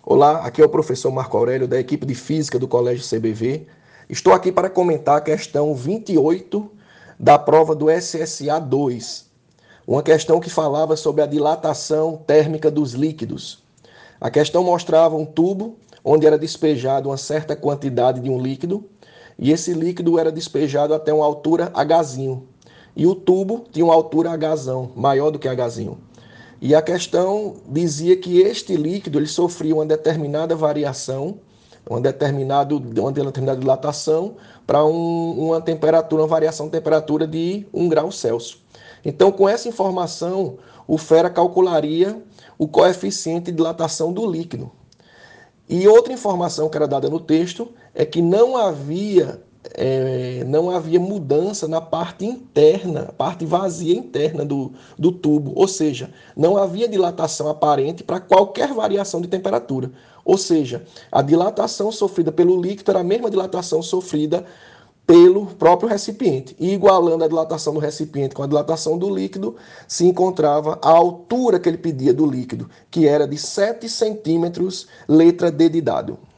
Olá, aqui é o professor Marco Aurélio, da equipe de Física do Colégio CBV. Estou aqui para comentar a questão 28 da prova do SSA 2, uma questão que falava sobre a dilatação térmica dos líquidos. A questão mostrava um tubo onde era despejado uma certa quantidade de um líquido e esse líquido era despejado até uma altura Hzinho. E o tubo tinha uma altura Hzão, maior do que Hzinho. E a questão dizia que este líquido ele sofria uma determinada variação, uma determinada dilatação para uma temperatura, uma variação de temperatura de 1 grau Celsius. Então, com essa informação, o Fera calcularia o coeficiente de dilatação do líquido. E outra informação que era dada no texto é que não havia mudança na parte interna, parte vazia interna do tubo, ou seja, não havia dilatação aparente para qualquer variação de temperatura. Ou seja, a dilatação sofrida pelo líquido era a mesma dilatação sofrida pelo próprio recipiente. E igualando a dilatação do recipiente com a dilatação do líquido, se encontrava a altura que ele pedia do líquido, que era de 7 centímetros, letra D de dado.